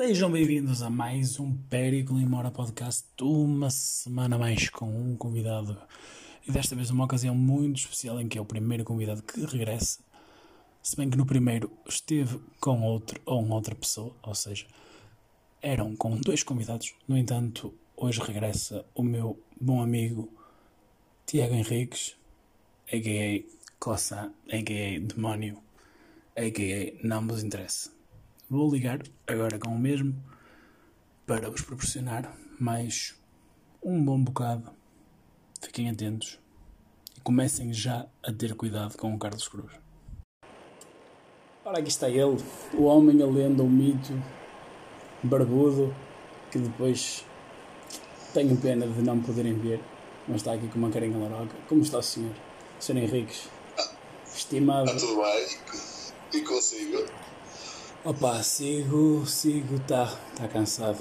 Sejam bem-vindos a mais um Périclo e Mora Podcast, uma semana mais com um convidado, e desta vez uma ocasião muito especial em que é o primeiro convidado que regressa, se bem que no primeiro esteve com outro ou uma outra pessoa, ou seja, eram com dois convidados. No entanto, hoje regressa o meu bom amigo Tiago Henriques, a.k.a. Cossan, a.k.a. Demónio, a.k.a. Não vos interessa. Vou ligar agora com o mesmo para vos proporcionar mais um bom bocado. Fiquem atentos e comecem já a ter cuidado com o Carlos Cruz. Ora, aqui está ele, o homem, a lenda, o mito, barbudo, que depois tenho pena de não poderem ver, mas está aqui com uma carinha laroca. Como está o senhor? Sr. Henriques, estimado. Está tudo bem? E consigo? Opa, sigo, está cansado.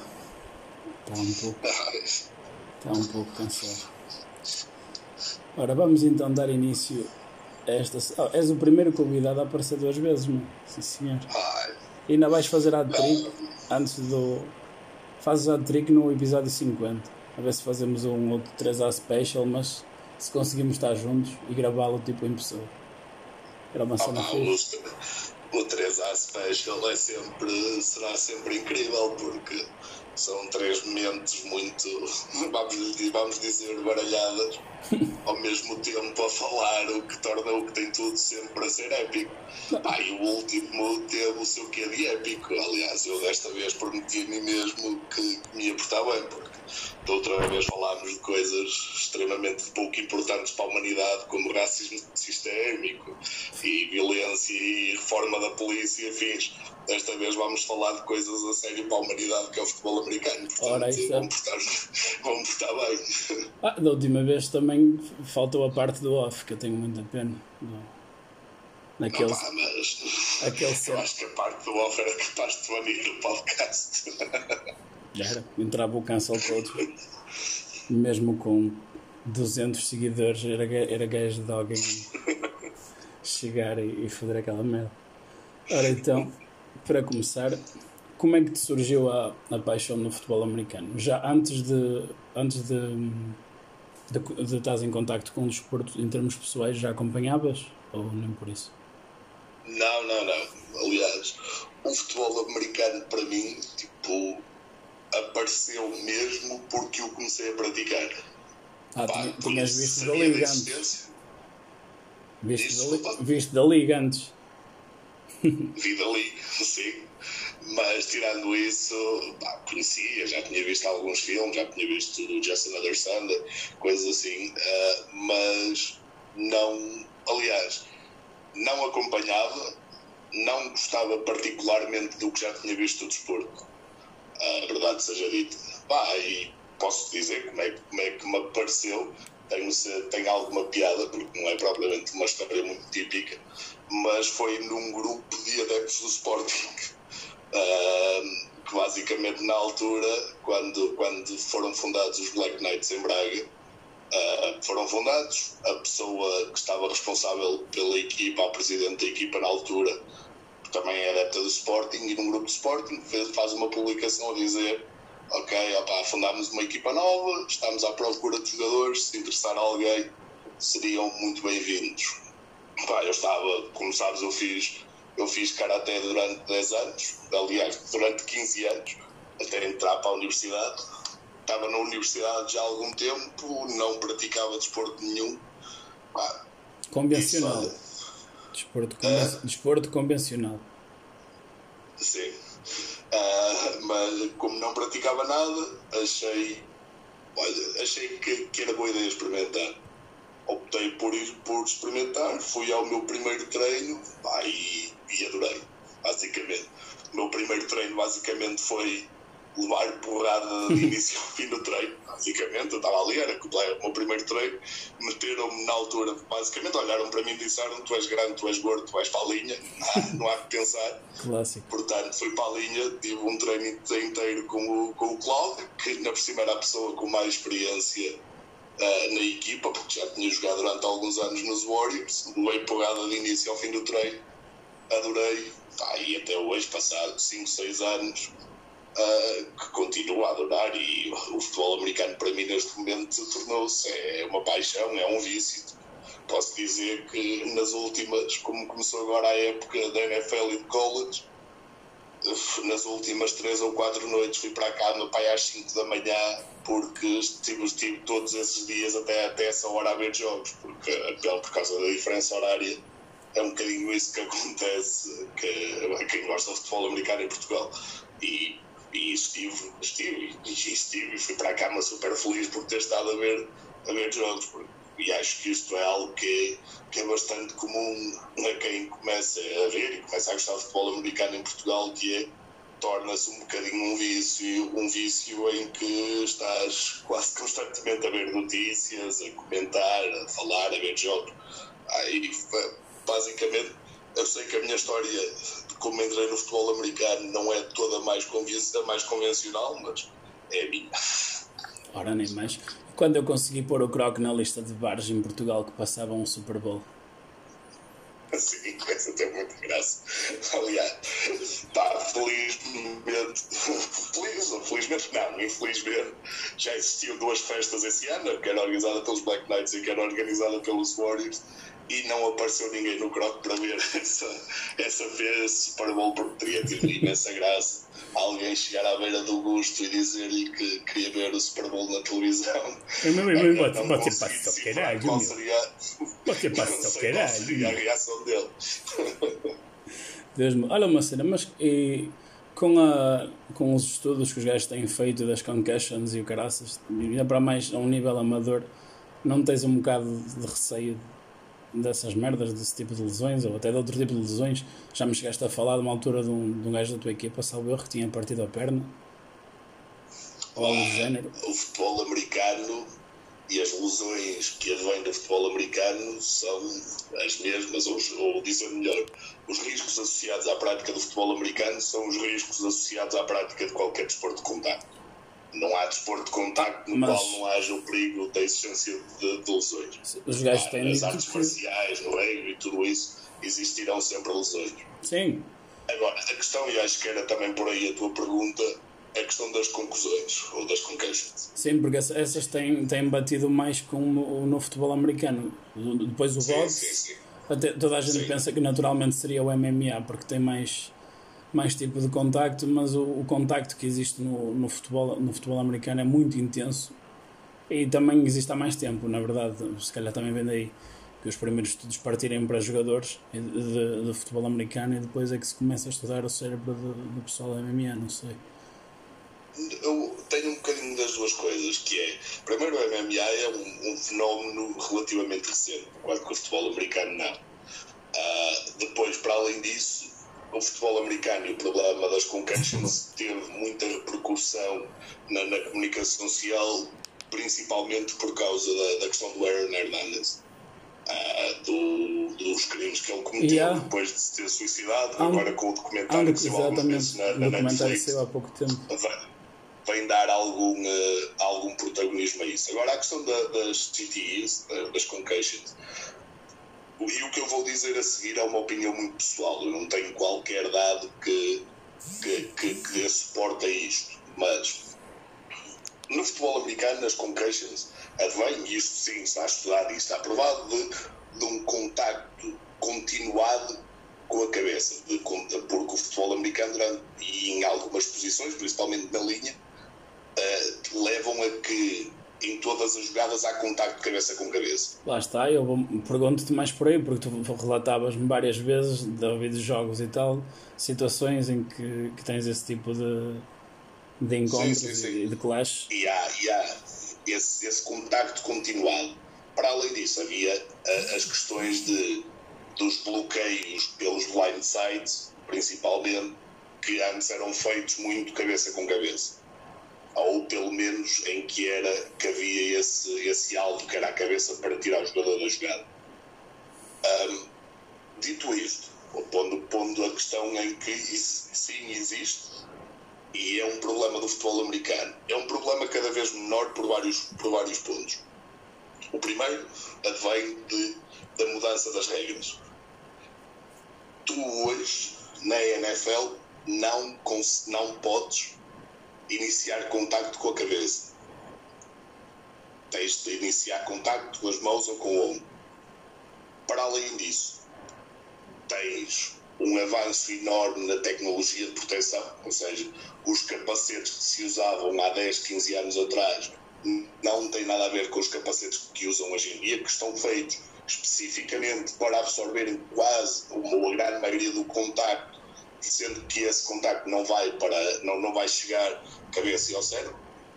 Está um pouco cansado. Ora, vamos então dar início a esta... és o primeiro convidado a aparecer 2 vezes, não? Sim, senhor. E ainda vais fazer hat-trick antes do... Fazes hat-trick no episódio 50. A ver se fazemos um outro 3A special, mas se conseguimos estar juntos e gravá-lo tipo em pessoa. Era uma cena fixe. O 3A Special será sempre incrível, porque são 3 mentes muito, vamos dizer, baralhadas, ao mesmo tempo a falar, o que torna o que tem tudo sempre a ser épico. E o último teve o seu quê de épico. Aliás, eu desta vez prometi a mim mesmo que me ia portar bem, porque da outra vez falámos de coisas extremamente pouco importantes para a humanidade, como racismo sistémico e violência e reforma da polícia e afins. Desta vez vamos falar de coisas a sério para a humanidade, que é o futebol americano. Portanto, vão portar bem. Da última vez também faltou a parte do off, que eu tenho muita pena. Mas eu acho que a parte do off era capaz de banir o podcast. Era, entrava o cancel todo. Mesmo com 200 seguidores, era gajo de alguém chegar e foder aquela merda. Ora então, para começar, como é que te surgiu a paixão no futebol americano? Já antes de estás em contacto com o desporto em termos pessoais, já acompanhavas? Ou nem por isso? Não. Aliás, o futebol americano para mim, apareceu mesmo porque eu comecei a praticar. Tinhas visto da Liga antes? Viste da Liga antes? Vi da Liga, sim. Mas tirando isso, conhecia, já tinha visto alguns filmes, já tinha visto Just Another Sunday, coisas assim, mas não, aliás, não acompanhava, não gostava particularmente do que já tinha visto do desporto, a verdade seja dita. E posso dizer como é que me apareceu, tem alguma piada, porque não é propriamente uma história muito típica, mas foi num grupo de adeptos do Sporting, que basicamente na altura, quando foram fundados os Black Knights em Braga, foram fundados, a pessoa que estava responsável pela equipa, a presidente da equipa na altura, que também é adepta do Sporting, e num grupo de Sporting faz uma publicação a dizer: ok, fundámos uma equipa nova, estamos à procura de jogadores, se interessar alguém, seriam muito bem-vindos. Eu estava, como sabes, eu fiz karaté durante 10 anos, aliás, durante 15 anos, até entrar para a universidade. Estava na universidade já há algum tempo, não praticava desporto nenhum. Convencional. Desporto convencional. Sim. Mas como não praticava nada, achei que era boa ideia experimentar. Optei por experimentar, fui ao meu primeiro treino e adorei, basicamente. O meu primeiro treino basicamente foi levar porrada de início ao fim do treino, basicamente. Eu estava ali, era o meu primeiro treino, meteram-me na altura, basicamente olharam para mim e disseram: tu és grande, tu és gordo, tu vais para a linha, não há que pensar. Clássico. Portanto, fui para a linha, tive um treino inteiro com o Cláudio, que na por cima era a pessoa com mais experiência na equipa, porque já tinha jogado durante alguns anos nos Warriors. Levei porrada de início ao fim do treino, adorei, e até hoje, passado 5, 6 anos, que continuo a adorar, e o futebol americano para mim neste momento tornou-se uma paixão, é um vício. Posso dizer que nas últimas, como começou agora a época da NFL e de college, nas últimas 3 ou 4 noites fui para a cama às 5 da manhã, porque estive todos esses dias até essa hora a ver jogos, porque por causa da diferença horária é um bocadinho isso que acontece a quem gosta de futebol americano em Portugal. E estive e fui para a cama super feliz por ter estado a ver jogos, e acho que isto é algo que é bastante comum a quem começa a ver e começa a gostar de futebol americano em Portugal, que torna-se um bocadinho um vício em que estás quase constantemente a ver notícias, a comentar, a falar, a ver jogos. E basicamente eu sei que a minha história de como entrei no futebol americano não é toda a mais convencional, mas é a minha. Ora, nem mais. Quando eu consegui pôr o Croc na lista de bares em Portugal que passavam um Super Bowl? Sim, coisa tem muita graça. Aliás, infelizmente, já existiam 2 festas esse ano, que era organizada pelos Black Knights e que era organizada pelos Warriors, e não apareceu ninguém no Croc para ver essa vez Super Bowl, porque teria tido imensa graça alguém chegar à beira do Augusto e dizer-lhe que queria ver o Super Bowl na televisão. Você passa o caralho, qual seria a reação dele. Deus me... Olha uma cena, mas com os estudos que os gajos têm feito das concussions e o caraças, ainda para mais a um nível amador, não tens um bocado de receio dessas merdas, desse tipo de lesões, ou até de outro tipo de lesões? Já me chegaste a falar de uma altura de um gajo da tua equipa, salvo erro, que tinha partido a perna ou algo do género. O futebol americano e as lesões que advêm do futebol americano são as mesmas, ou dizer melhor, os riscos associados à prática do futebol americano são os riscos associados à prática de qualquer desporto de contacto. Não há desporto de contacto no qual não haja o perigo da existência de lesões. Os gajos têm nas artes marciais, no rugby e tudo isso, existirão sempre lesões. Sim. Agora, a questão, e acho que era também por aí a tua pergunta, a questão das concussões ou das concussions. Sim, porque essas têm batido mais como no futebol americano. Depois o boxe, sim. Até toda a gente pensa que naturalmente seria o MMA, porque tem mais tipo de contacto, mas o contacto que existe no futebol americano é muito intenso e também existe há mais tempo, na verdade. Se calhar também vem daí que os primeiros estudos partirem para jogadores de futebol americano e depois é que se começa a estudar o cérebro do pessoal da MMA, não sei. Eu tenho um bocadinho das duas coisas, que é, primeiro, o MMA é um fenómeno relativamente recente, enquanto que o futebol americano não. Depois, para além disso, o futebol americano e o problema das concussions teve muita repercussão na comunicação social, principalmente por causa da questão do Aaron Hernandez, dos crimes que ele cometeu depois de se ter suicidado. Agora com o documentário que saiu alguns meses na Netflix, há pouco tempo, vem dar algum protagonismo a isso. Agora, a questão das CTEs, das concussions, e o que eu vou dizer a seguir é uma opinião muito pessoal. Eu não tenho qualquer dado que dê suporte a isto, mas no futebol americano, as concussions advêm, e isto sim está estudado e está provado, de um contacto continuado com a cabeça, porque o futebol americano, e em algumas posições, principalmente na linha, levam a que em todas as jogadas há contacto cabeça com cabeça. Lá está, eu pergunto-te mais por aí, porque tu relatavas-me várias vezes de ouvir jogos e tal, situações em que tens esse tipo de encontros e de clash. E há esse contacto continuado. Para além disso, havia as questões dos bloqueios pelos blindsides, principalmente, que antes eram feitos muito cabeça com cabeça. Ou pelo menos em que havia esse alvo que era a cabeça para tirar o jogador da jogada. Dito isto, pondo a questão em que sim existe, e é um problema do futebol americano, é um problema cada vez menor por vários pontos. O primeiro advém da mudança das regras. Tu hoje, na NFL, não podes iniciar contacto com a cabeça. Tens de iniciar contacto com as mãos ou com o ombro. Para além disso, tens um avanço enorme na tecnologia de proteção, ou seja, os capacetes que se usavam há 10, 15 anos atrás não têm nada a ver com os capacetes que usam hoje em dia, que estão feitos especificamente para absorverem quase uma grande maioria do contacto, sendo que esse contacto não vai chegar à cabeça e ao cérebro.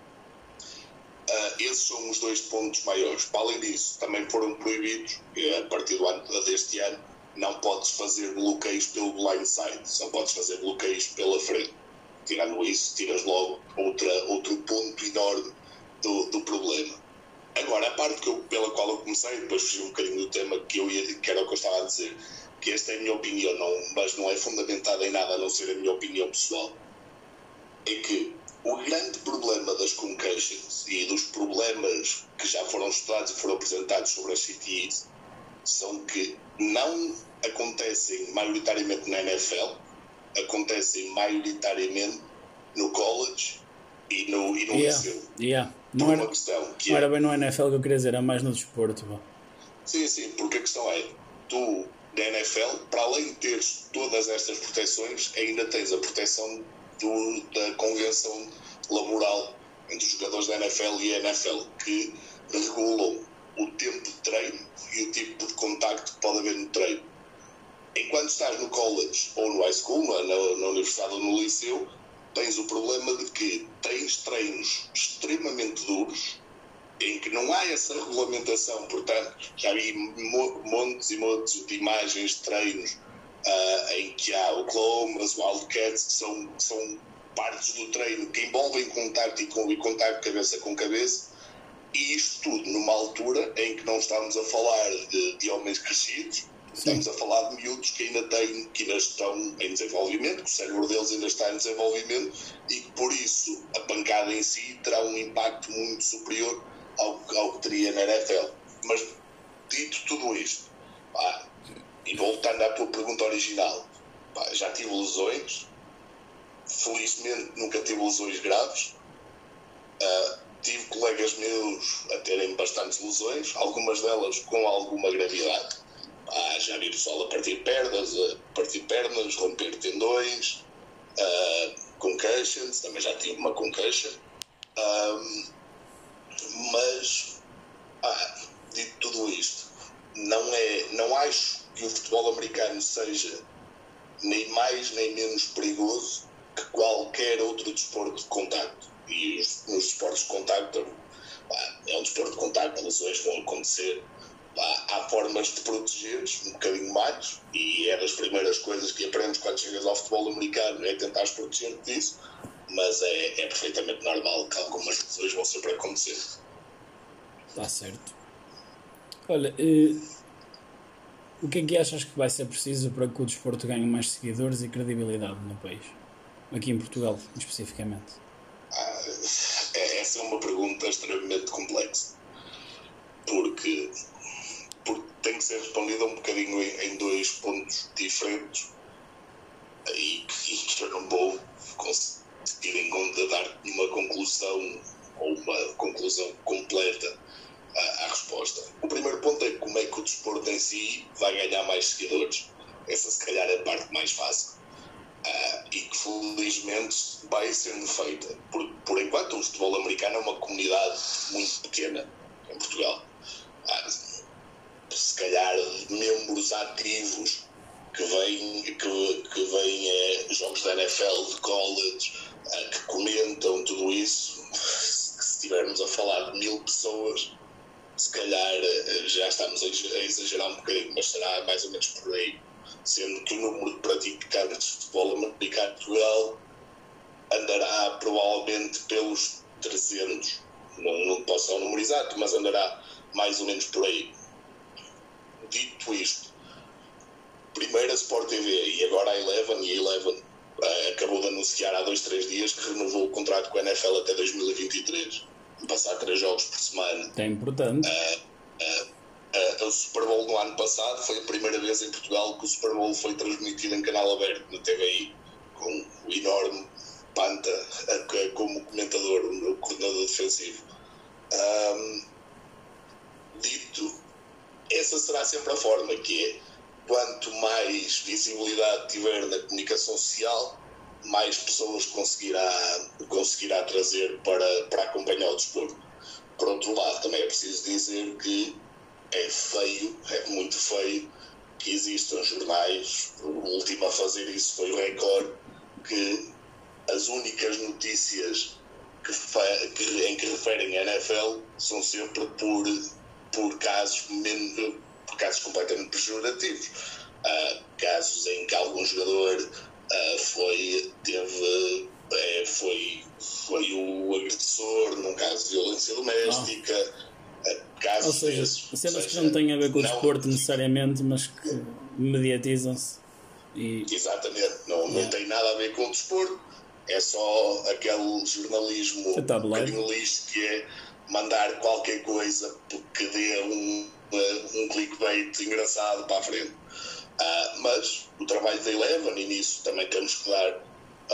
Esses são os dois pontos maiores. Para além disso, também foram proibidos, a partir deste ano, não podes fazer bloqueios pelo blindside, só podes fazer bloqueios pela frente. Tirando isso, tiras logo outro ponto enorme do problema. Agora, a parte pela qual eu comecei, depois fugi um bocadinho do tema que era o que eu estava a dizer, que esta é a minha opinião, mas não é fundamentada em nada a não ser a minha opinião pessoal, é que o grande problema das concussions e dos problemas que já foram estudados e foram apresentados sobre as CTEs são que não acontecem maioritariamente na NFL, acontecem maioritariamente no college e no liceu. Não era bem no NFL que eu queria dizer, era mais no desporto. Sim, porque a questão é, tu na NFL, para além de teres todas estas proteções, ainda tens a proteção da convenção laboral entre os jogadores da NFL e a NFL, que regulam o tempo de treino e o tipo de contacto que pode haver no treino. Enquanto estás no college ou no high school, na universidade ou no liceu, tens o problema de que tens treinos extremamente duros em que não há essa regulamentação. Portanto, já vi montes e montes de imagens de treinos em que há Oklahomas, Wildcats, que são partes do treino que envolvem contacto e contacto cabeça com cabeça, e isto tudo numa altura em que não estamos a falar de homens crescidos. Sim. Estamos a falar de miúdos que ainda estão em desenvolvimento, que o cérebro deles ainda está em desenvolvimento e que por isso a pancada em si terá um impacto muito superior ao que teria na NFL. Mas dito tudo isto, e voltando à tua pergunta original, já tive lesões, felizmente nunca tive lesões graves, tive colegas meus a terem bastantes lesões, algumas delas com alguma gravidade. Já vi pessoal a partir pernas, romper tendões, concussions, também já tive uma concussion, mas dito tudo isto, não acho que o futebol americano seja nem mais nem menos perigoso que qualquer outro desporto de contacto. E nos desportos de contacto, é um desporto de contacto, lesões vão acontecer. Há formas de protegeres um bocadinho mais, e é das primeiras coisas que aprendes quando chegas ao futebol americano, é tentar proteger-te disso, mas é perfeitamente normal que algumas lesões vão sempre acontecer. Está certo. Olha, o que é que achas que vai ser preciso para que o desporto ganhe mais seguidores e credibilidade no país? Aqui em Portugal, especificamente. Essa é uma pergunta extremamente complexa, porque tem que ser respondida um bocadinho em dois pontos diferentes e que eu não vou conseguir ainda dar uma conclusão ou uma conclusão completa à resposta. O primeiro ponto é como é que o desporto em si vai ganhar mais seguidores. Essa se calhar é a parte mais fácil e que felizmente vai sendo feita. Por enquanto o futebol americano é uma comunidade muito pequena em Portugal. Se calhar membros ativos que vêm a jogos da NFL, de college, que comentam tudo isso, se estivermos a falar de 1000 pessoas, se calhar já estamos a exagerar um bocadinho, mas será mais ou menos por aí, sendo que o número de praticantes de futebol americano em Portugal andará provavelmente pelos 300, não posso dar o número exato, mas andará mais ou menos por aí. Dito isto, primeiro a Sport TV e agora a Eleven acabou de anunciar há 2-3 dias que renovou o contrato com a NFL até 2023, passar 3 jogos por semana. É importante. O Super Bowl no ano passado foi a primeira vez em Portugal que o Super Bowl foi transmitido em canal aberto na TVI, com o enorme Panta como comentador, o coordenador defensivo. Dito, essa será sempre a forma, que é, quanto mais visibilidade tiver na comunicação social, mais pessoas conseguirá trazer para acompanhar o desporto. Por outro lado, também é preciso dizer que é feio, é muito feio, que existam jornais, o último a fazer isso foi o Record, que as únicas notícias em que referem a NFL são sempre por casos completamente pejorativos. Casos em que algum jogador foi o agressor num caso de violência doméstica. Ou seja, cenas que não têm a ver com o desporto necessariamente, mas que mediatizam-se. Exatamente, não tem nada a ver com o desporto, é só aquele jornalismo um bocadinho lixo, que é mandar qualquer coisa que dê um clickbait engraçado para a frente. Mas o trabalho da Eleven, e nisso também temos que dar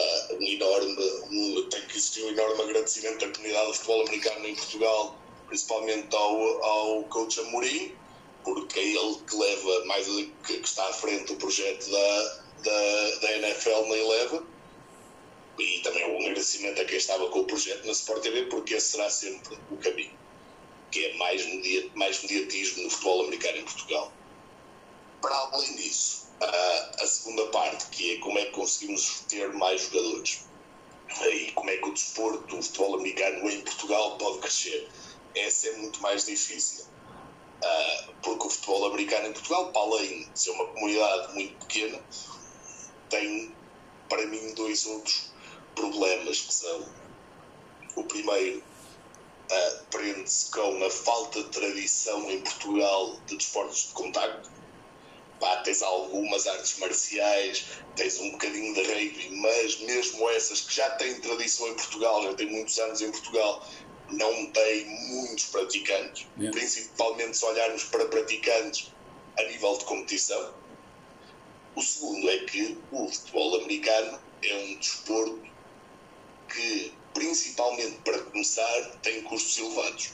tem que existir um enorme agradecimento da comunidade do futebol americano em Portugal, principalmente ao coach Amorim, porque é ele que leva que está à frente do projeto da NFL na Eleven, e também um agradecimento a quem estava com o projeto na Sport TV, porque esse será sempre o caminho, que é mais mediatismo no futebol americano em Portugal. Para além disso, a segunda parte, que é como é que conseguimos ter mais jogadores e como é que o desporto, o futebol americano em Portugal pode crescer. Essa é muito mais difícil, porque o futebol americano em Portugal, para além de ser uma comunidade muito pequena, tem para mim dois outros problemas, que são: o primeiro, prende-se com a falta de tradição em Portugal de desportos de contacto. Tens algumas artes marciais, tens um bocadinho de rugby, mas mesmo essas que já têm tradição em Portugal, já têm muitos anos em Portugal, não têm muitos praticantes, principalmente se olharmos para praticantes a nível de competição. O segundo é que o futebol americano é um desporto que, principalmente para começar, tem custos elevados.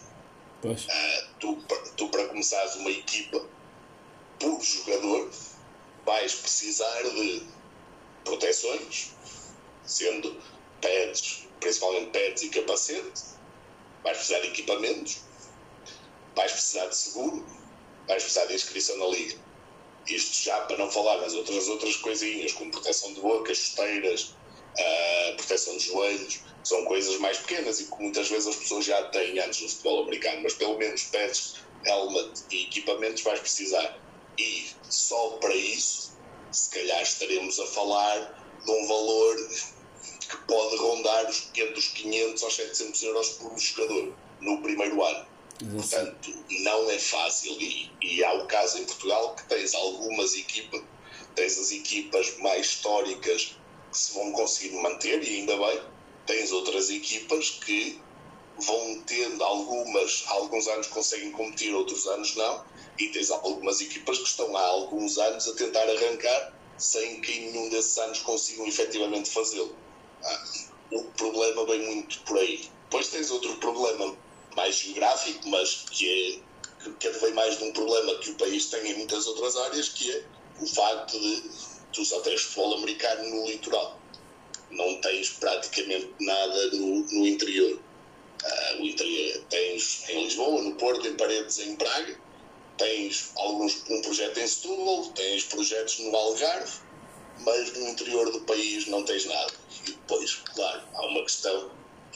Tu para começares uma equipa, por jogador, vais precisar de proteções, sendo pads, principalmente pads e capacete, vais precisar de equipamentos, vais precisar de seguro, vais precisar de inscrição na liga. Isto já para não falar nas outras coisinhas, como proteção de boca, chuteiras, proteção de joelhos, são coisas mais pequenas e que muitas vezes as pessoas já têm antes no futebol americano, mas pelo menos pads, helmet e equipamentos vais precisar. E só para isso, se calhar estaremos a falar de um valor que pode rondar entre os 500 aos 700 euros por jogador no primeiro ano. Portanto, não é fácil, e há o caso em Portugal que tens algumas equipas, tens as equipas mais históricas que se vão conseguir manter, e ainda bem, tens outras equipas que vão tendo alguns anos conseguem competir, outros anos não, e tens algumas equipas que estão há alguns anos a tentar arrancar sem que em nenhum desses anos consigam efetivamente fazê-lo. O problema vem muito por aí. Depois tens outro problema mais geográfico, mas que vem mais de um problema que o país tem em muitas outras áreas, que é o facto de tu só tens futebol americano no litoral, não tens praticamente nada no interior. O interior tens em Lisboa, no Porto, em Paredes, em Braga, tens um projeto em Setúbal, tens projetos no Algarve, mas no interior do país não tens nada. E depois, claro, há uma questão,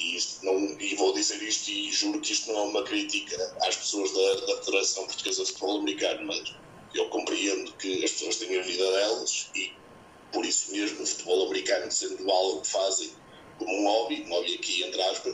e vou dizer isto e juro que isto não é uma crítica às pessoas da Federação Portuguesa de Futebol Americano, mas eu compreendo que as pessoas têm a vida delas e por isso mesmo o futebol americano, sendo algo que fazem como um hobby aqui entre aspas,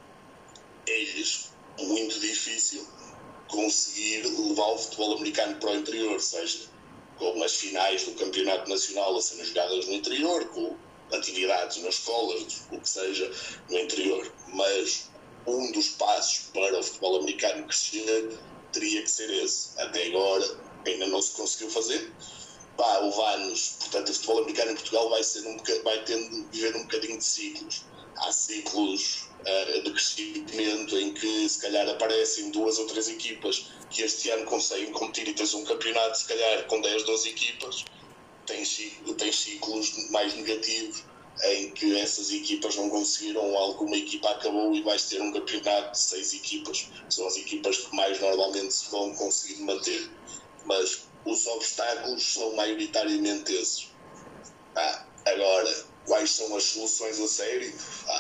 é-lhes muito difícil conseguir levar o futebol americano para o interior, seja com as finais do campeonato nacional a serem jogadas no interior, com atividades nas escolas, o que seja no interior. Mas um dos passos para o futebol americano crescer teria que ser esse. Até agora ainda não se conseguiu fazer, houve anos, portanto o futebol americano em Portugal vai tendo de viver um bocadinho de ciclos. Há ciclos de crescimento em que se calhar aparecem 2 ou 3 equipas que este ano conseguem competir e tens um campeonato se calhar com 10, 12 equipas. Tens ciclos mais negativos em que essas equipas não conseguiram, alguma equipa acabou e vais ter um campeonato de 6 equipas, são as equipas que mais normalmente se vão conseguir manter, mas os obstáculos são maioritariamente esses. Agora, quais são as soluções a sério?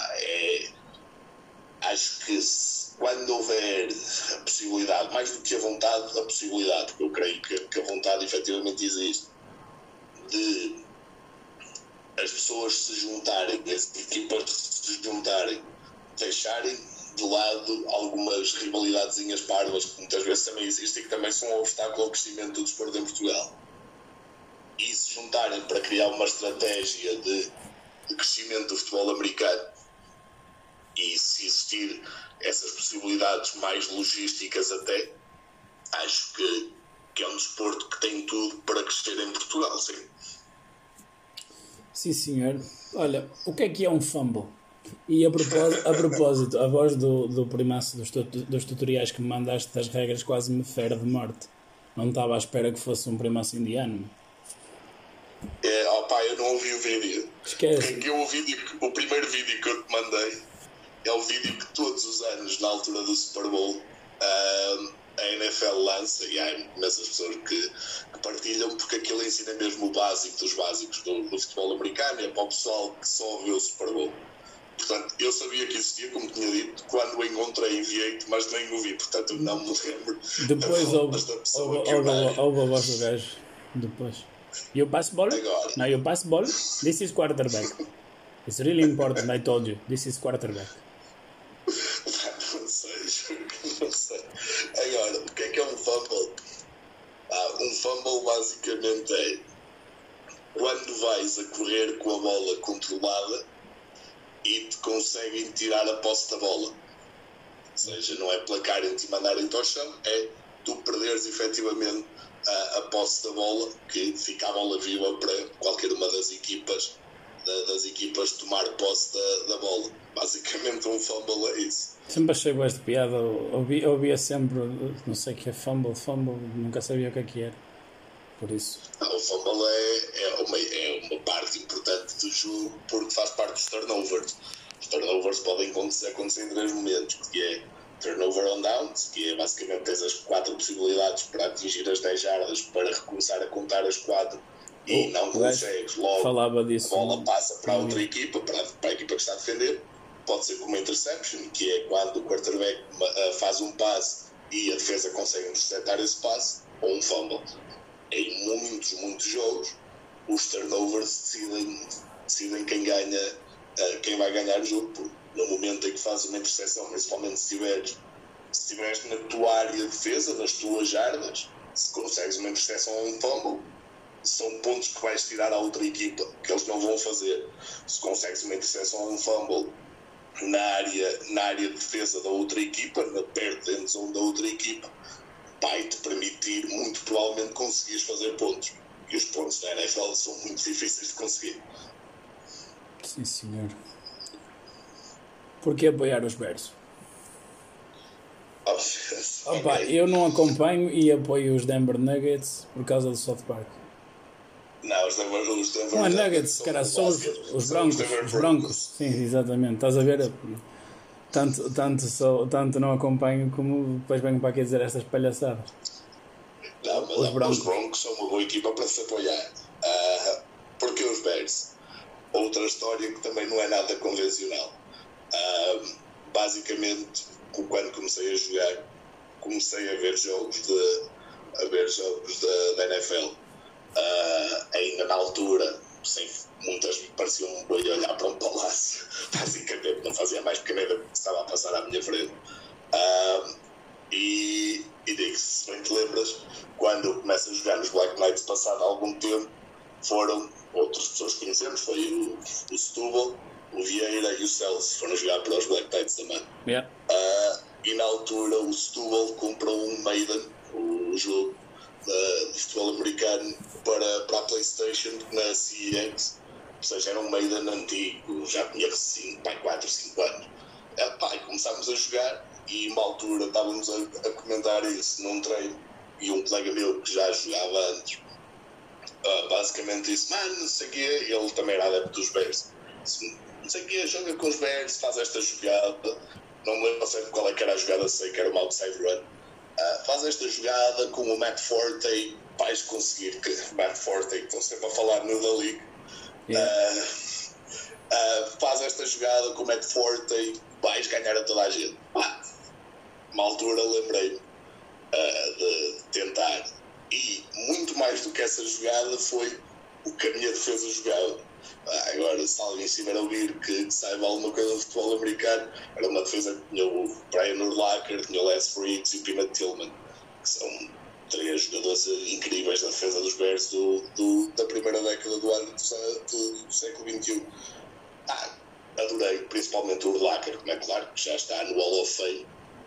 Acho que quando houver a possibilidade, mais do que a vontade, a possibilidade, porque eu creio que a vontade efetivamente existe, de as pessoas se juntarem, as equipas se juntarem, deixarem de lado algumas rivalidadezinhas parvas que muitas vezes também existem e que também são um obstáculo ao crescimento do desporto em Portugal, e se juntarem para criar uma estratégia de crescimento do futebol americano, e se existir essas possibilidades mais logísticas até, acho que é um desporto que tem tudo para crescer em Portugal, sim. Sim, senhor. Olha, o que é um fumble? E a propósito, a voz do primaço dos tutoriais que me mandaste das regras quase me fere de morte. Não estava à espera que fosse um primaço indiano. Eu não ouvi o vídeo. Esquece. Porque o primeiro vídeo que eu te mandei é o vídeo que todos os anos, na altura do Super Bowl, a NFL lança, e há imensas pessoas que partilham, porque aquilo ensina mesmo o básico dos básicos do futebol americano, e é para o pessoal que só vê o Super Bowl. Portanto, eu sabia que existia, como tinha dito, quando o encontrei enviei-te, mas nem o vi, portanto não me lembro. Depois houve a voz do gajo. Depois. You pass ball? Agora. Now you pass ball? This is quarterback. It's really important, I told you. This is quarterback. Não sei. Agora, o que é um fumble? Um fumble basicamente é quando vais a correr com a bola controlada e te conseguem tirar a posse da bola. Ou seja, não é placarem-te e mandarem-te ao chão, é tu perderes efetivamente a posse da bola, que fica a bola viva para qualquer uma das equipas tomar posse da bola. Basicamente um fumble é isso. Sempre achei boas de piada, ouvia sempre, não sei o que é fumble, nunca sabia o que era, por isso. O fumble é uma parte importante do jogo, porque faz parte dos turnovers. Os turnovers podem acontecer em 3 momentos, que é turnover on downs, que é basicamente tens as 4 possibilidades para atingir as 10 jardas, para recomeçar a contar as 4 e não consegues, logo falava disso, a bola passa para outra equipa, para a equipa que está a defender. Pode ser como interception, que é quando o quarterback faz um passe e a defesa consegue interceptar esse passe, ou um fumble. Em muitos jogos, os turnovers decidem quem vai ganhar o jogo, porque no momento em que fazes uma interseção, principalmente se estiveres na tua área de defesa, nas tuas jardas, se consegues uma interseção ou um fumble, são pontos que vais tirar à outra equipa, que eles não vão fazer. Se consegues uma interseção ou um fumble na área de defesa da outra equipa, perto da endzone da outra equipa, vai-te permitir, muito provavelmente, conseguires fazer pontos. E os pontos da NFL são muito difíceis de conseguir. Sim, senhor. Por que apoiar os Bears? Eu não acompanho e apoio os Denver Nuggets por causa do South Park. Não, os Denver não é Nuggets, cara, são os Broncos. Sim, exatamente. Estás a ver? Tanto não acompanho como depois venho para aqui dizer estas palhaçadas. Não, mas os Broncos são uma boa equipa para se apoiar. Porque os Bears? Outra história que também não é nada convencional. Basicamente, quando comecei a jogar, comecei a ver jogos da NFL. Ainda na altura, sem muitas, parecia um boi olhar para um palácio. Basicamente, não fazia mais pequena ideia do que estava a passar à minha frente. E digo, se bem te lembras, quando eu começo a jogar nos Black Knights, passado algum tempo, foram outras pessoas que conhecemos, foi o Stubble, o Vieira e o Celso, foram jogar para os Black Knights também. Yeah. E na altura o Stubble comprou um Maiden, o jogo, de futebol americano para a PlayStation na CEX, ou seja, era um Maiden antigo, já tinha 4 ou 5 anos. E começámos a jogar e uma altura estávamos a comentar isso num treino e um colega meu que já jogava antes basicamente disse, mano, não sei o quê, ele também era adepto dos Bears, disse, não sei o quê, joga com os Bears, faz esta jogada, não me lembro sempre qual é que era a jogada, sei que era uma outside run, faz esta jogada com o Matt Forte, vais conseguir, que Matt Forte, que estão sempre a falar no da League, faz esta jogada com o Matt Forte, vais ganhar a toda a gente. Uma altura lembrei-me de tentar, e muito mais do que essa jogada foi o que a minha defesa jogava. Agora, se alguém estiver a ouvir que saiba alguma coisa de futebol americano, era uma defesa que tinha o Brian Urlacher, tinha o Les Freaks e o Peanut Tillman, que são 3 jogadores incríveis da defesa dos Bears da primeira década do século XXI. Adorei, principalmente o Urlacher, como é claro que já está no Hall of Fame.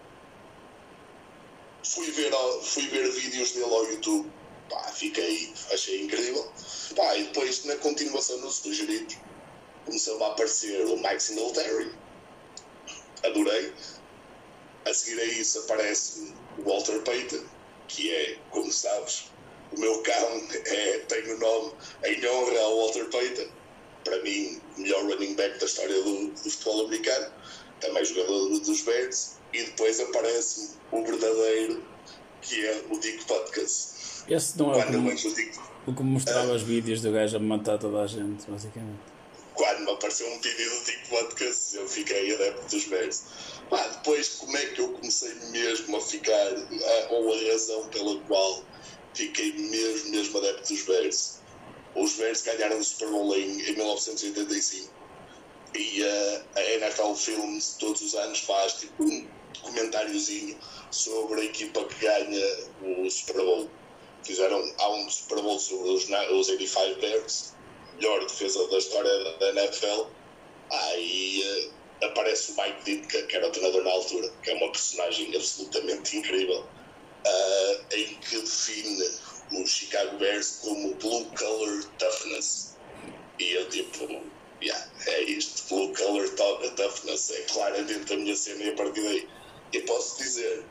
Fui ver vídeos dele ao YouTube, achei incrível. E depois, na continuação dos sugeridos, começou a aparecer o Mike Singletary, adorei. A seguir a isso aparece o Walter Payton, que é, como sabes, o meu cão tem o nome em honra ao Walter Payton, para mim, o melhor running back da história do futebol americano, também jogador dos Bears. E depois aparece o verdadeiro, que é o Dick Butkus. Esse não é o que mostrava os vídeos do gajo a matar toda a gente, basicamente. Quando me apareceu um vídeo do Dick Butkus, eu fiquei adepto dos Bears. Depois, como é que eu comecei mesmo a ficar, ou a razão pela qual fiquei mesmo adepto dos Bears? Os Bears ganharam o Super Bowl em 1985. E a NFL Films todos os anos faz tipo um documentáriozinho sobre a equipa que ganha o Super Bowl. Há um Super Bowl sobre os 85 Bears, melhor defesa da história da NFL. Aí aparece o Mike Ditka, que era o treinador na altura, que é uma personagem absolutamente incrível, em que define os Chicago Bears como Blue Collar Toughness. E eu tipo, é isto, Blue Collar Toughness, é claramente a minha cena. E a partir daí, eu posso dizer,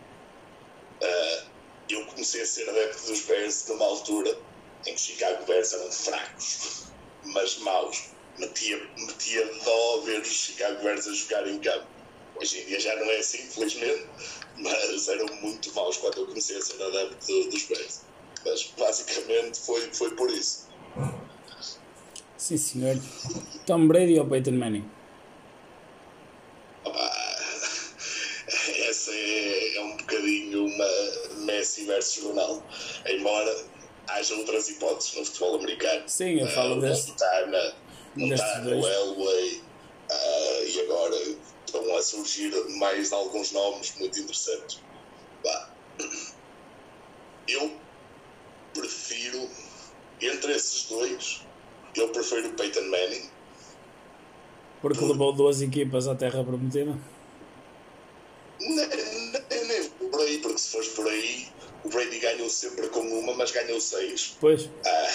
eu comecei a ser adepto dos Bears numa altura em que os Chicago Bears eram fracos, mas maus. Metia dó ver os Chicago Bears a jogar em campo. Hoje em dia já não é assim, infelizmente, mas eram muito maus quando eu comecei a ser adepto dos Bears. Mas basicamente foi por isso. Sim, senhor. Tom Brady ou Peyton Manning? Essa é um bocadinho uma Messi versus Ronaldo. Embora haja outras hipóteses no futebol americano. Sim, eu falo deste. Não está no Elway, e agora estão a surgir mais alguns nomes muito interessantes. Eu prefiro, entre esses dois, eu prefiro o Peyton Manning. Porque levou 2 equipas à terra prometida? Nem por aí, porque se fores por aí, o Brady ganhou sempre com uma, mas ganhou 6. Pois.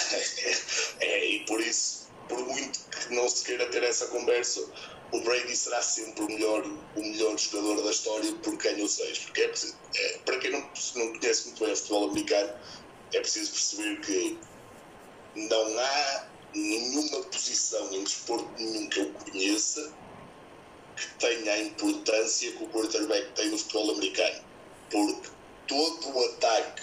E por isso, por muito que não se queira ter essa conversa, o Brady será sempre o melhor jogador da história porque ganhou 6. Porque para quem não conhece muito bem o futebol americano, é preciso perceber que não há nenhuma posição em desporto nenhum que eu conheça que tenha a importância que o quarterback tem no futebol americano, porque todo o ataque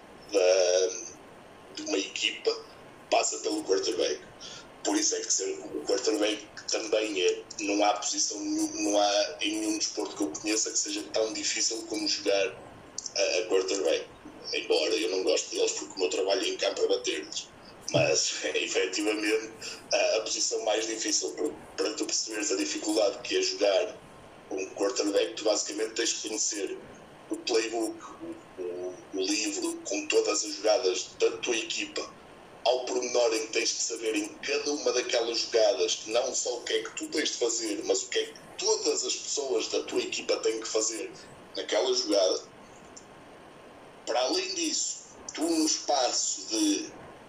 de uma equipa passa pelo quarterback. Por isso é que ser o quarterback também não há posição, não há em nenhum desporto que eu conheça que seja tão difícil como jogar a quarterback. Embora eu não goste deles porque o meu trabalho em campo é bater-lhes. Mas, efetivamente, a posição mais difícil para tu perceberes a dificuldade que é jogar um quarterback, tu basicamente tens de conhecer o playbook, o livro com todas as jogadas da tua equipa, ao pormenor em que tens de saber em cada uma daquelas jogadas não só o que é que tu tens de fazer, mas o que é que todas as pessoas da tua equipa têm que fazer naquela jogada. Para além disso, tu no espaço de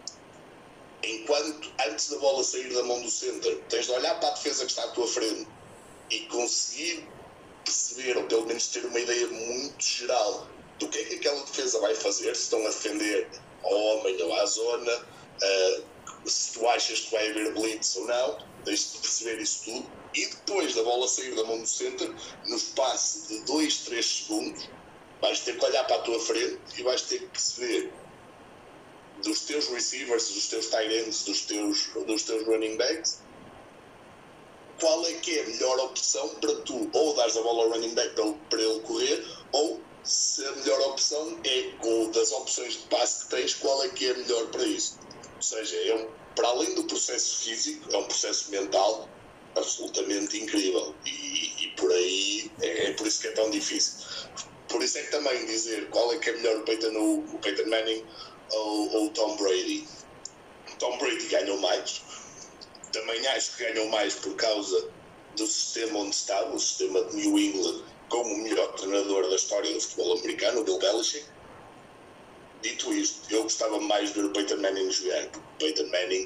antes da bola sair da mão do center, tens de olhar para a defesa que está à tua frente e conseguir perceber, ou pelo menos ter uma ideia muito geral do que é que aquela defesa vai fazer, se estão a defender ao homem ou à zona, se tu achas que vai haver blitz ou não, tens de perceber isso tudo. E depois da bola sair da mão do center, no espaço de 2-3 segundos, vais ter que olhar para a tua frente e vais ter que perceber dos teus receivers, dos teus tight ends, dos teus running backs, qual é que é a melhor opção para tu ou dares a bola ao running back para ele correr, ou se a melhor opção é, ou das opções de passe que tens, qual é que é a melhor para isso. Ou seja, para além do processo físico, é um processo mental absolutamente incrível, e por aí é por isso que é tão difícil. Por isso é que também dizer qual é que é melhor o Peyton Manning ou o Tom Brady. Tom Brady ganhou mais, também acho que ganhou mais por causa do sistema onde estava, o sistema de New England, como o melhor treinador da história do futebol americano, o Bill Belichick. Dito isto, eu gostava mais de ver o Peyton Manning jogar, porque o Peyton Manning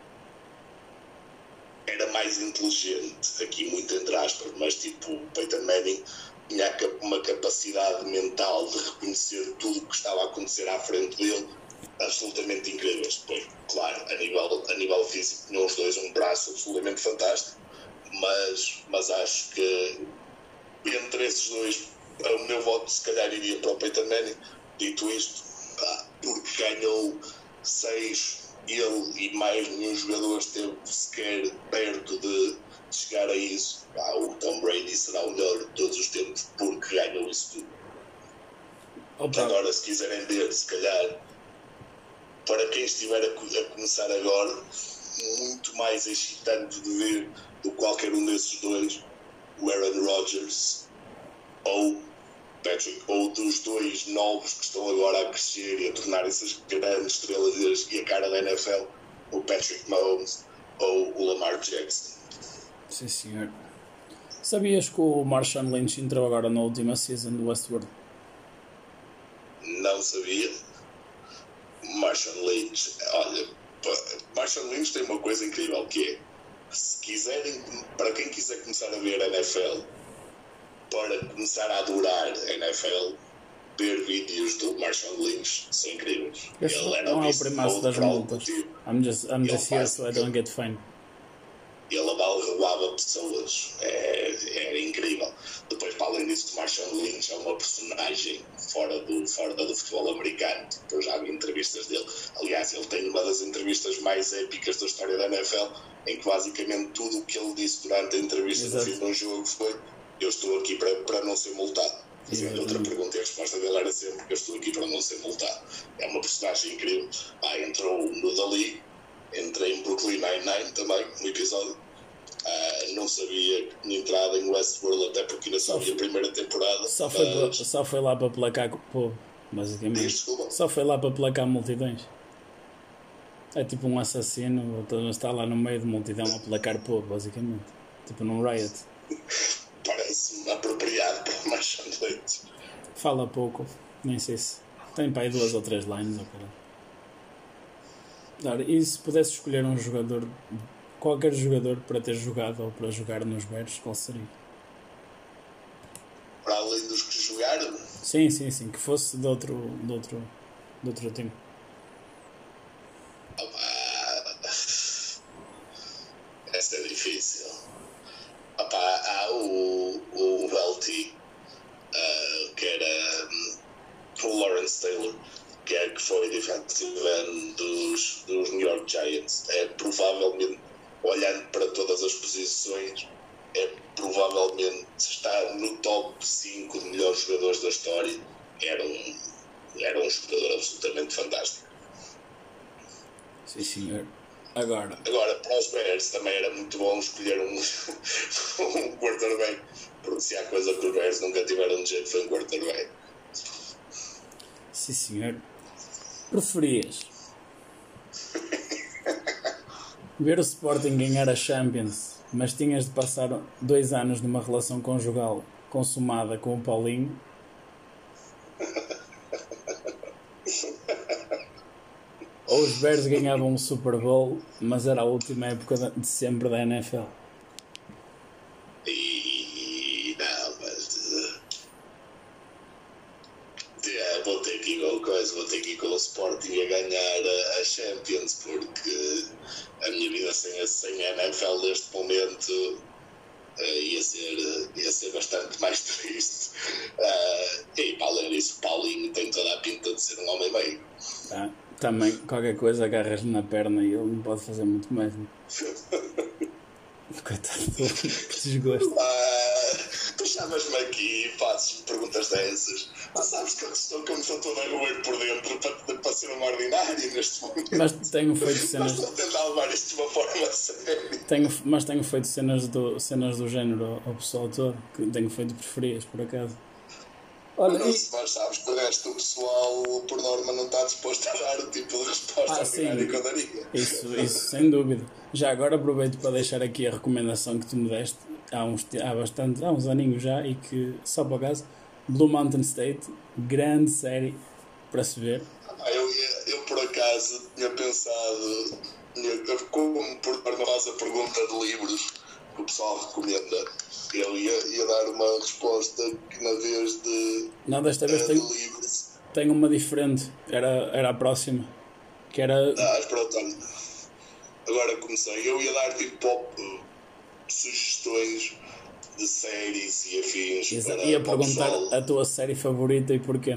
era mais inteligente, aqui muito entre aspas, mas tipo, o Peyton Manning tinha uma capacidade mental de reconhecer tudo o que estava a acontecer à frente dele, absolutamente incríveis. Depois, claro, a nível físico, tinham os dois um braço absolutamente fantástico, mas acho que entre esses dois, o meu voto se calhar iria para o Peyton Manning. Dito isto, porque ganhou 6, ele e mais nenhum jogador esteve sequer perto de chegar a isso. O Tom Brady será o melhor de todos os tempos porque ganhou isso tudo. Agora, se quiserem ver, se calhar, para quem estiver a começar agora, muito mais excitante de ver do que qualquer um desses dois, o Aaron Rodgers ou Patrick, ou dos dois novos que estão agora a crescer e a tornarem-se as grandes estrelas e a cara da NFL, o Patrick Mahomes ou o Lamar Jackson. Sim, senhor. Sabias que o Marshawn Lynch entrou agora na última season do Westworld? Não sabia. Marshawn Lynch, olha, Marshawn Lynch tem uma coisa incrível que é, se quiserem, para quem quiser começar a ver a NFL, para começar a adorar a NFL, ver vídeos do Marshawn Lynch são incríveis. Ele não é o primaço das multas. I'm just here so I don't get fined. Ele abalroava pessoas, era incrível. Depois, para além disso, o Marshawn Lynch é uma personagem fora do futebol americano. Eu já vi entrevistas dele. Aliás, ele tem uma das entrevistas mais épicas da história da NFL, em que basicamente tudo o que ele disse durante a entrevista no fim de um jogo foi: eu estou aqui para não ser multado. Fazendo outra pergunta e a resposta dele era sempre: eu estou aqui para não ser multado. É uma personagem incrível. Entrou no Dali, entrei em Brooklyn Nine-Nine também, no episódio. Não sabia que tinha entrado em Westworld, até porque ainda só vi a primeira temporada. Só foi lá para placar o povo, basicamente. Só foi lá para placar multidões. É tipo um assassino, está lá no meio de multidão a placar povo, basicamente. Tipo num riot. Parece-me apropriado para o Marshawn Lynch. Fala pouco, nem sei se tem para aí 2 ou 3 lines. E se pudesse escolher um jogador, qualquer jogador para ter jogado ou para jogar nos Bears, qual seria? Para além dos que jogaram? Sim, que fosse de outro time. Essa é difícil. Há o LT, que era o Lawrence Taylor, que foi defensive end dos New York Giants. É provavelmente, olhando para todas as posições, provavelmente está no top 5 de melhores jogadores da história. Era um jogador absolutamente fantástico. Sim, senhor. Agora, para os Bears também era muito bom escolher um quarterback, porque se há coisa que os Bears nunca tiveram de jeito foi um quarterback. Sim, senhor. Preferias ver o Sporting ganhar a Champions, mas tinhas de passar 2 anos numa relação conjugal consumada com o Paulinho? ou os Bears ganhavam um Super Bowl, mas era a última época de sempre da NFL. E não, mas vou ter que ir com o Sporting a ganhar a Champions, porque a minha vida sem a NFL neste momento ia ser bastante mais triste. E para além disso, o Paulinho tem toda a pinta de ser um homem meio. Também, qualquer coisa agarras-lhe na perna e ele não pode fazer muito mais. Né? Coitado, que desgosto. Tu chamas-me aqui e fazes perguntas dessas. Sabes que eu me estou todo a roer por dentro para ser um ordinário neste momento. Mas tenho feito cenas. Mas estou a tentar levar isto de uma forma séria. Tenho feito cenas do género ao pessoal todo, que tenho feito preferidas, por acaso. Olha, mas sabes que o resto do pessoal, por norma, não está disposto a dar o tipo de resposta ordinária que eu daria. Isso, sem dúvida. Já agora aproveito para deixar aqui a recomendação que tu me deste há uns aninhos já, e que, só por acaso, Blue Mountain State, grande série para se ver. Eu por acaso tinha pensado, como por norma faz a pergunta de livros que o pessoal recomenda, eu ia dar uma resposta que na vez de... Não, desta vez tenho uma diferente, era a próxima, que era... pronto, agora comecei, eu ia dar tipo sugestões de séries e afins. Ia perguntar a tua série favorita e porquê.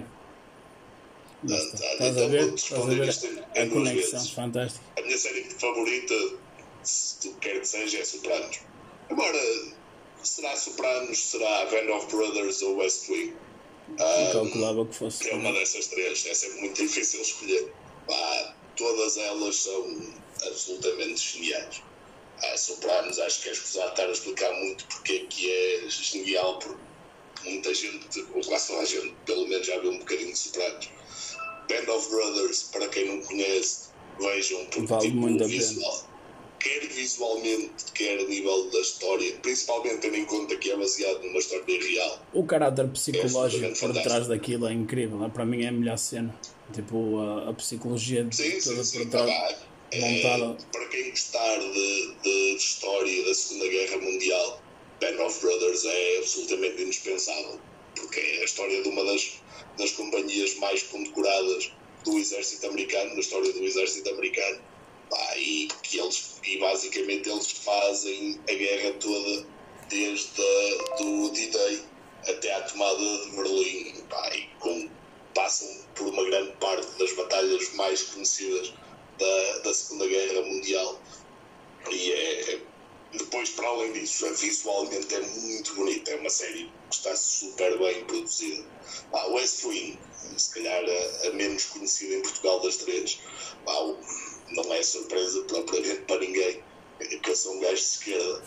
Estás a ver a conexão fantástica. A minha série favorita, se tu quer que seja, é Sopranos. Agora, será Sopranos, será Band of Brothers ou West Wing? Calculava que fosse. Que é uma dessas três, é sempre muito difícil escolher. Todas elas são absolutamente geniais. Sopranos, acho que é escusado estar a explicar muito porque é que é genial, porque muita gente, ou quase toda a gente, pelo menos já viu um bocadinho de Sopranos. Band of Brothers, para quem não conhece, vejam, porque vale muito a pena. Quer visualmente, quer a nível da história, principalmente tendo em conta que é baseado numa história real. O caráter psicológico por detrás daquilo é incrível, para mim é a melhor cena. Tipo, a psicologia toda por trás. Para quem gostar de história da Segunda Guerra Mundial, Band of Brothers é absolutamente indispensável, porque é a história de uma das companhias mais condecoradas do exército americano, da história do exército americano, e basicamente eles fazem a guerra toda desde do D-Day até à tomada de Berlim, e passam por uma grande parte das batalhas mais conhecidas da Segunda Guerra Mundial. E depois, para além disso, visualmente é muito bonita, é uma série que está super bem produzida. West Wing, se calhar a menos conhecida em Portugal das três, não é surpresa propriamente para ninguém, que eu sou um gajo de esquerda.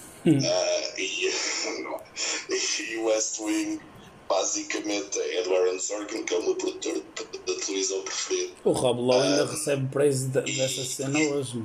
E West Wing basicamente é do Aaron Sorkin, que é o meu produtor da televisão preferido. O Rob Lowe ainda recebe praise dessa cena hoje.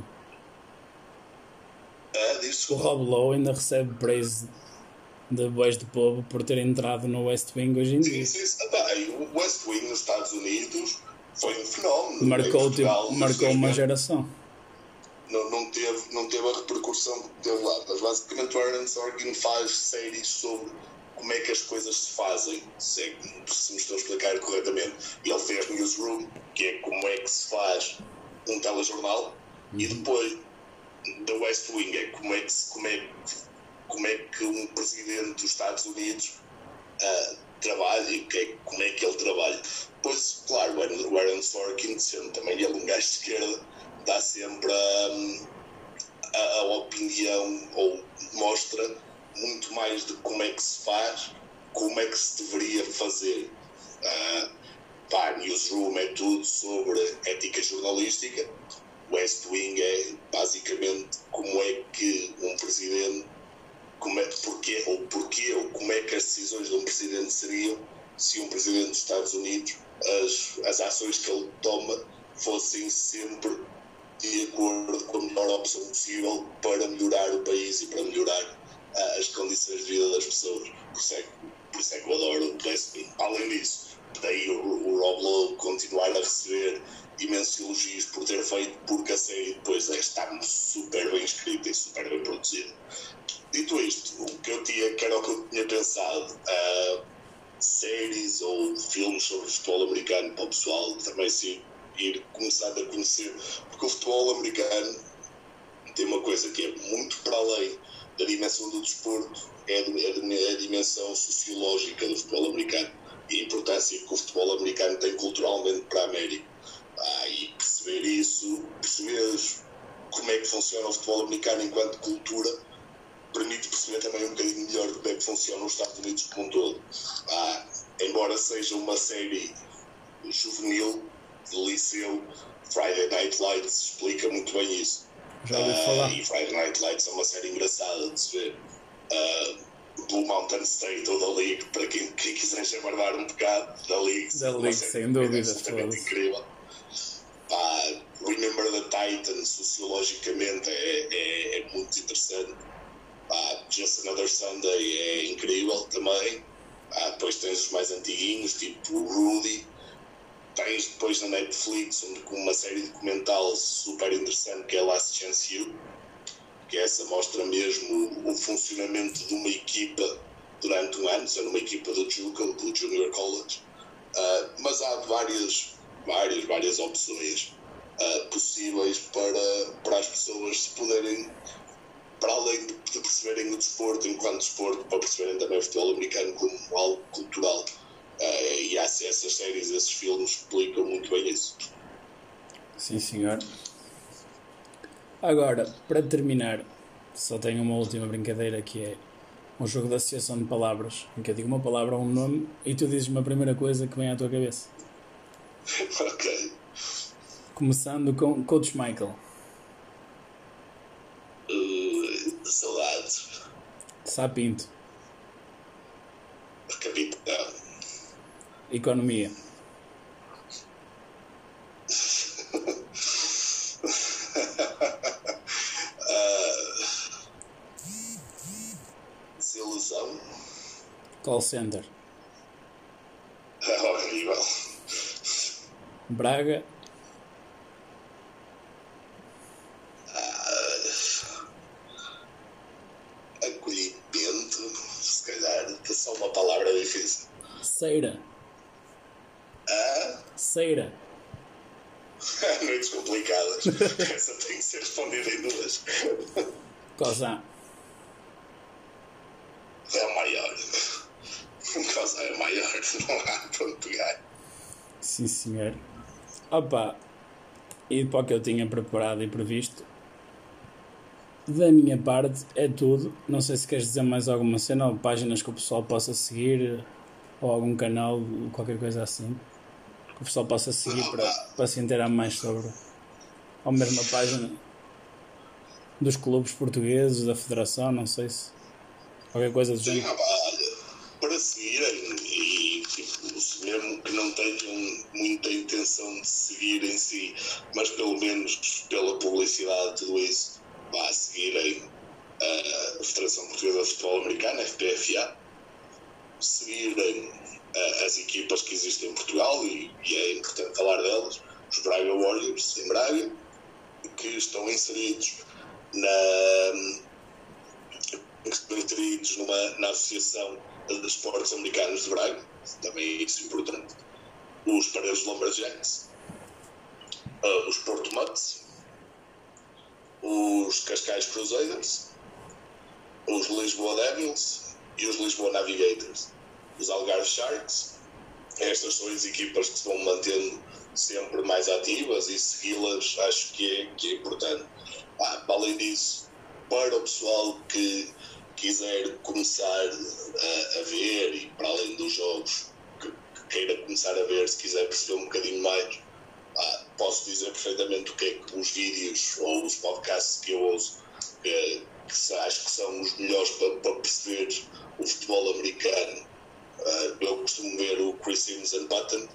O Rob Lowe ainda recebe praise de Bois do Povo por ter entrado no West Wing hoje em dia. Sim. O West Wing nos Estados Unidos foi um fenómeno. Marcou uma geração. Não teve a repercussão que teve lá, mas basicamente o Aaron Sorkin faz séries sobre como é que as coisas se fazem, se me estou a explicar corretamente. Ele fez Newsroom, que é como é que se faz um telejornal, e depois da West Wing é como é que um presidente dos Estados Unidos trabalha e como é que ele trabalha. Pois, claro, o Aaron Sorkin, sendo também ele um gajo de esquerda, dá sempre a opinião, ou mostra muito mais de como é que se faz, como é que se deveria fazer. Newsroom é tudo sobre ética jornalística. West Wing é basicamente como é que um presidente, porquê ou como é que as decisões de um presidente seriam se um presidente dos Estados Unidos, as ações que ele toma fossem sempre de acordo com a melhor opção possível para melhorar o país e para melhorar as condições de vida das pessoas. Por isso é que eu adoro o West Wing. Além disso, daí o Rob Lowe continuar a receber imensos elogios por ter feito, porque a série depois está super bem escrita e super bem produzida. Dito isto, o que era o que eu tinha pensado, séries ou filmes sobre futebol americano para o pessoal também se ir começando a conhecer, porque o futebol americano tem uma coisa que é muito para além da dimensão do desporto, é a dimensão sociológica do futebol americano e a importância que o futebol americano tem culturalmente para a América. E perceber isso, perceber como é que funciona o futebol americano enquanto cultura, permite perceber também um bocadinho melhor como é que funciona os Estados Unidos como um todo. Embora seja uma série juvenil, de liceu, Friday Night Lights explica muito bem isso. Já ouvi falar. E Friday Night Lights é uma série engraçada de se ver. Blue Mountain State ou da League, para quem quiser chamar um bocado da League. Da League, sem dúvida. Absolutamente incrível. Remember the Titans, sociologicamente é muito interessante. Just Another Sunday é incrível também. Depois tens os mais antiguinhos, tipo Rudy. Tens depois na Netflix com uma série documental super interessante que é Last Chance U, que essa mostra mesmo o funcionamento de uma equipa durante um ano, sendo uma equipa do JUCO, do Junior College. Mas há várias opções possíveis para as pessoas se poderem, para além de perceberem o desporto enquanto desporto, para perceberem também o futebol americano como algo cultural. E essas séries, esses filmes explicam muito bem isso. Sim, senhor. Agora, para terminar, só tenho uma última brincadeira, que é um jogo de associação de palavras, em que eu digo uma palavra ou um nome e tu dizes uma primeira coisa que vem à tua cabeça. Ok. Começando com Coach Michael. Saudades. Sapinto. Capitão. Economia. Desilusão. Call center. Horrível. Braga. Acolhimento. Se calhar que é só uma palavra difícil. Ceira. Ceira. Noites complicadas. Essa tem que ser respondida em duas. Cosa. É o maior. Cosa é maior. Não há ponto de pegar. Sim, senhor. Opa. E para o que eu tinha preparado e previsto, da minha parte é tudo. Não sei se queres dizer mais alguma cena ou páginas que o pessoal possa seguir, ou algum canal, qualquer coisa assim, que o pessoal possa seguir para se inteirar mais sobre, ou mesmo a página dos clubes portugueses, da federação, não sei se qualquer coisa do Sim, género. para seguirem e tipo, mesmo que não tenham muita intenção de seguir em si, mas pelo menos pela publicidade e tudo isso, vá seguirem a Federação Portuguesa de Futebol Americano, FPFA, seguirem as equipas que existem em Portugal e é importante falar delas, os Braga Warriors em Braga, que estão inseridos na Associação de Esportes Americanos de Braga, também é isso importante, os Paredes Lumberjacks, os Porto Mutts, os Cascais Crusaders, os Lisboa Devils e os Lisboa Navigators, os Algarve Sharks. Estas são as equipas que se vão mantendo sempre mais ativas e segui-las acho que é importante. Além disso, para o pessoal que quiser começar a ver e para além dos jogos que queira começar a ver, se quiser perceber um bocadinho mais, posso dizer perfeitamente o que é que os vídeos ou os podcasts que eu ouço que acho que são os melhores para perceber o futebol americano. Eu costumo ver o Chris Sims and Button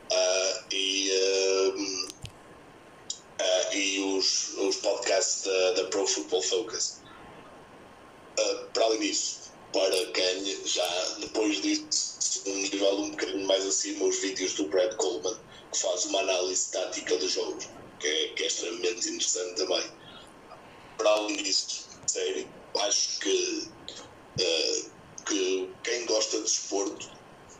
e os podcasts da Pro Football Focus. Para além disso, para quem já depois disso, um nível um bocadinho mais acima, os vídeos do Brad Coleman, que faz uma análise tática dos jogos, que é extremamente interessante também. Para além disso, sério, acho que quem gosta de desporto,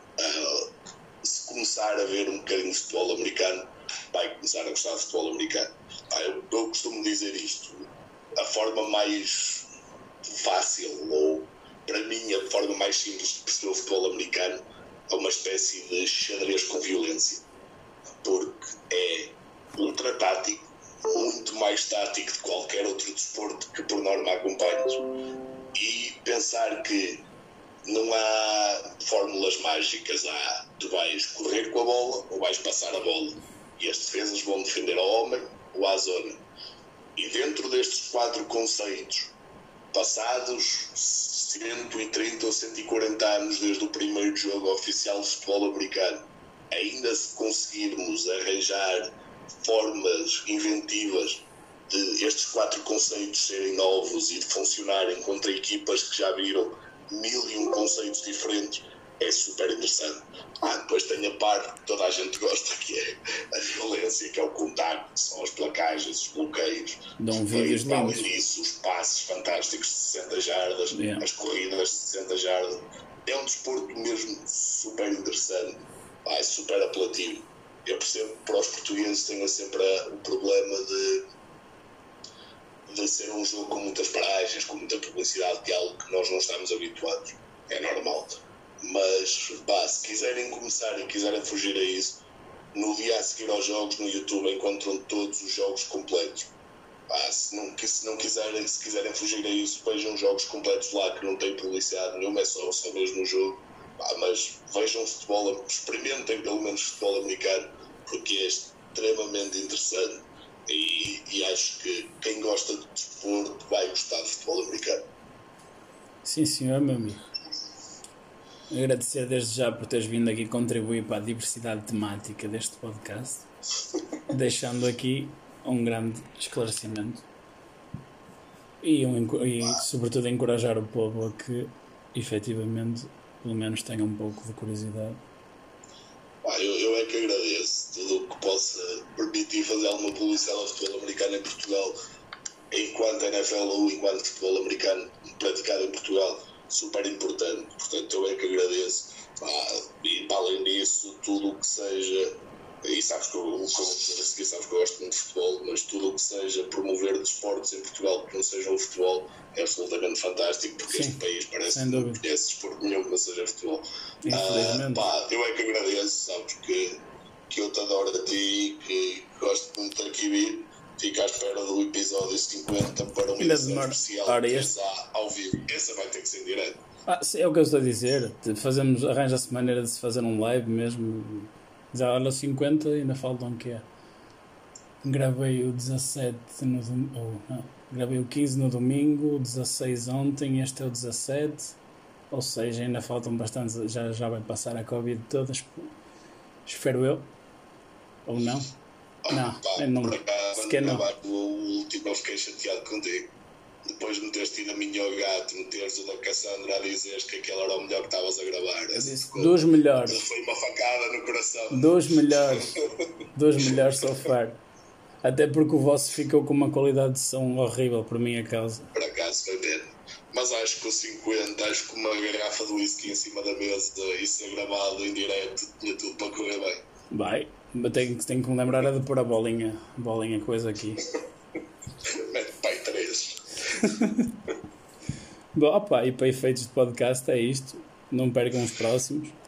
se começar a ver um bocadinho de futebol americano, vai começar a gostar de futebol americano. Eu costumo dizer isto: a forma mais fácil, ou para mim a forma mais simples de perceber o futebol americano, é uma espécie de xadrez com violência, porque é ultra tático, muito mais tático de qualquer outro desporto que por norma acompanhas, e pensar que não há fórmulas mágicas. Tu vais correr com a bola ou vais passar a bola, e as defesas vão defender ao homem ou à zona. E dentro destes 4 conceitos, passados 130 ou 140 anos desde o primeiro jogo oficial de futebol americano, ainda se conseguirmos arranjar formas inventivas de estes 4 conceitos serem novos e de funcionarem contra equipas que já viram 1001 conceitos diferentes, é super interessante. Depois tem a parte que toda a gente gosta, que é a violência, que é o contacto, são as placagens, os bloqueios. Dão vídeos lindos. Além disso, os passes fantásticos de 60 jardas, as corridas de 60 jardas. É um desporto mesmo super interessante, super apelativo. Eu percebo que para os portugueses tenha sempre o problema de ser um jogo com muitas paragens, com muita publicidade, que é algo que nós não estamos habituados. É normal. Mas, se quiserem começar e quiserem fugir a isso, no dia a seguir aos jogos no YouTube encontram todos os jogos completos. Se quiserem fugir a isso, vejam jogos completos lá que não têm publicidade nenhuma, é só mesmo o jogo. Mas vejam futebol, experimentem pelo menos futebol americano, porque é extremamente interessante. E acho que quem gosta de desporto vai gostar de futebol americano. Sim, senhor, meu amigo. Agradecer desde já por teres vindo aqui contribuir para a diversidade temática deste podcast, deixando aqui um grande esclarecimento e sobretudo encorajar o povo a que efetivamente pelo menos tenha um pouco de curiosidade. Eu é que agradeço tudo o que possa permitir fazer alguma publicidade ao futebol americano em Portugal, enquanto NFL ou enquanto futebol americano praticado em Portugal, super importante. Portanto, eu é que agradeço. E para além disso, tudo o que seja, e sabes que eu gosto muito de futebol, mas tudo o que seja promover desportos em Portugal que não sejam o futebol é absolutamente fantástico, porque este país parece que não conhece desporto nenhum que não seja futebol. Eu é que agradeço, sabes que eu te adoro a ti, que gosto muito de aqui vir. Fica à espera do episódio 50 para uma edição especial ao vivo. Essa vai ter que ser em direto. É o que eu estou a dizer. Arranja-se maneira de se fazer um live mesmo. Já olha 50 ainda faltam o quê? Gravei o 17 gravei o 15 no domingo, o 16 ontem, este é o 17. Ou seja, ainda faltam bastantes. Já vai passar a Covid toda. Espero eu. Ou não? Não. Por acaso, o último eu fiquei chateado contigo. Depois de me teres tido a minha ao gato, meteres o da Cassandra a dizeres que aquele era o melhor que estavas a gravar. Eu disse dos melhores. Foi uma facada no coração. Dos melhores so far. Até porque o vosso ficou com uma qualidade de som horrível por minha causa. Por acaso foi pena. Mas acho que o 50, acho que uma garrafa de whisky em cima da mesa e ser gravado em direto tinha tudo para correr bem. Vai. Tenho que me lembrar de pôr a bolinha coisa aqui. Mete pai 3. Bom, e para efeitos de podcast é isto. Não percam os próximos.